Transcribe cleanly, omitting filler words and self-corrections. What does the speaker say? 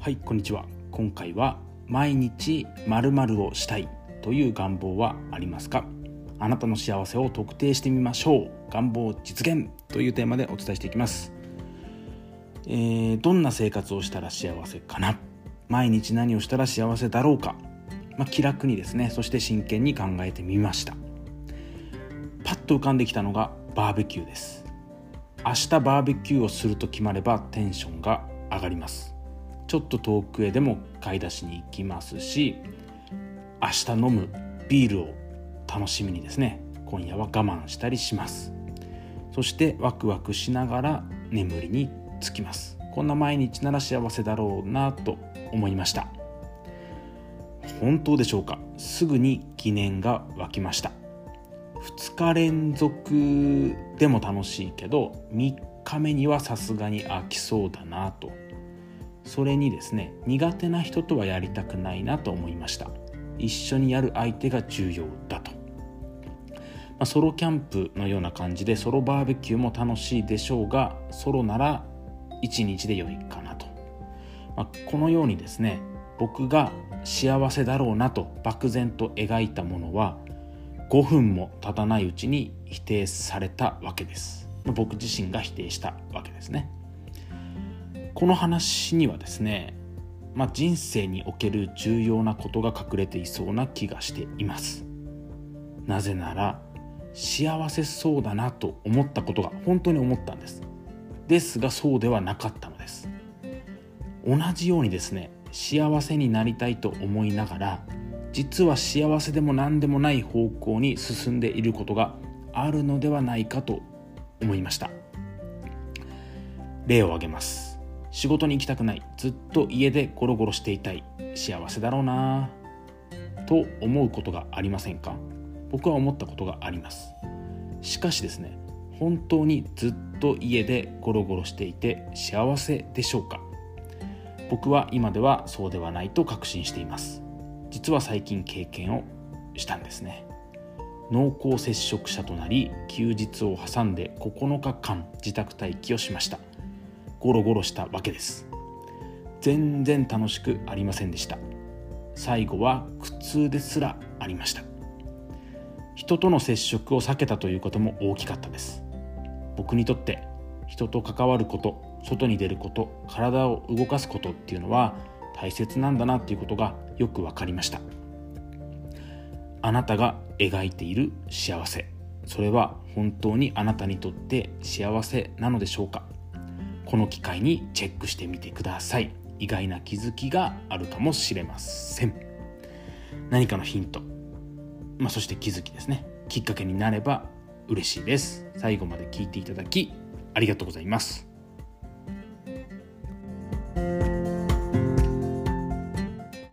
はい、こんにちは。今回は毎日〇〇をしたいという願望はありますか？あなたの幸せを特定してみましょう。願望実現というテーマでお伝えしていきます。どんな生活をしたら幸せかな？毎日何をしたら幸せだろうか？気楽にですね、そして真剣に考えてみました。パッと浮かんできたのがバーベキューです。明日バーベキューをすると決まればテンションが上がります。ちょっと遠くへでも買い出しに行きますし、明日飲むビールを楽しみにですね、今夜は我慢したりします。そしてワクワクしながら眠りにつきます。こんな毎日なら幸せだろうなと思いました。本当でしょうか？すぐに疑念が湧きました。2日連続でも楽しいけど3日目にはさすがに飽きそうだなと。それにですね、苦手な人とはやりたくないなと思いました。一緒にやる相手が重要だと。ソロキャンプのような感じでソロバーベキューも楽しいでしょうが、ソロなら1日で良いかなと。このようにですね、僕が幸せだろうなと漠然と描いたものは5分も経たないうちに否定されたわけです。僕自身が否定したわけですね。この話にはですね、人生における重要なことが隠れていそうな気がしています。なぜなら幸せそうだなと思ったことが本当に思ったんです。ですがそうではなかったのです。同じようにですね、幸せになりたいと思いながら、実は幸せでも何でもない方向に進んでいることがあるのではないかと思いました。例を挙げます。仕事に行きたくない、ずっと家でゴロゴロしていたい、幸せだろうなと思うことがありませんか？僕は思ったことがあります。しかしですね、本当にずっと家でゴロゴロしていて幸せでしょうか？僕は今ではそうではないと確信しています。実は最近経験をしたんですね。濃厚接触者となり、休日を挟んで9日間自宅待機をしました。ゴロゴロしたわけです。全然楽しくありませんでした。最後は苦痛ですらありました。人との接触を避けたということも大きかったです。僕にとって人と関わること、外に出ること、体を動かすことっていうのは大切なんだなっていうことがよく分かりました。あなたが描いている幸せ、それは本当にあなたにとって幸せなのでしょうか？この機会にチェックしてみてください。意外な気づきがあるかもしれません。何かのヒント、そして気づきですね、きっかけになれば嬉しいです。最後まで聞いていただきありがとうございます。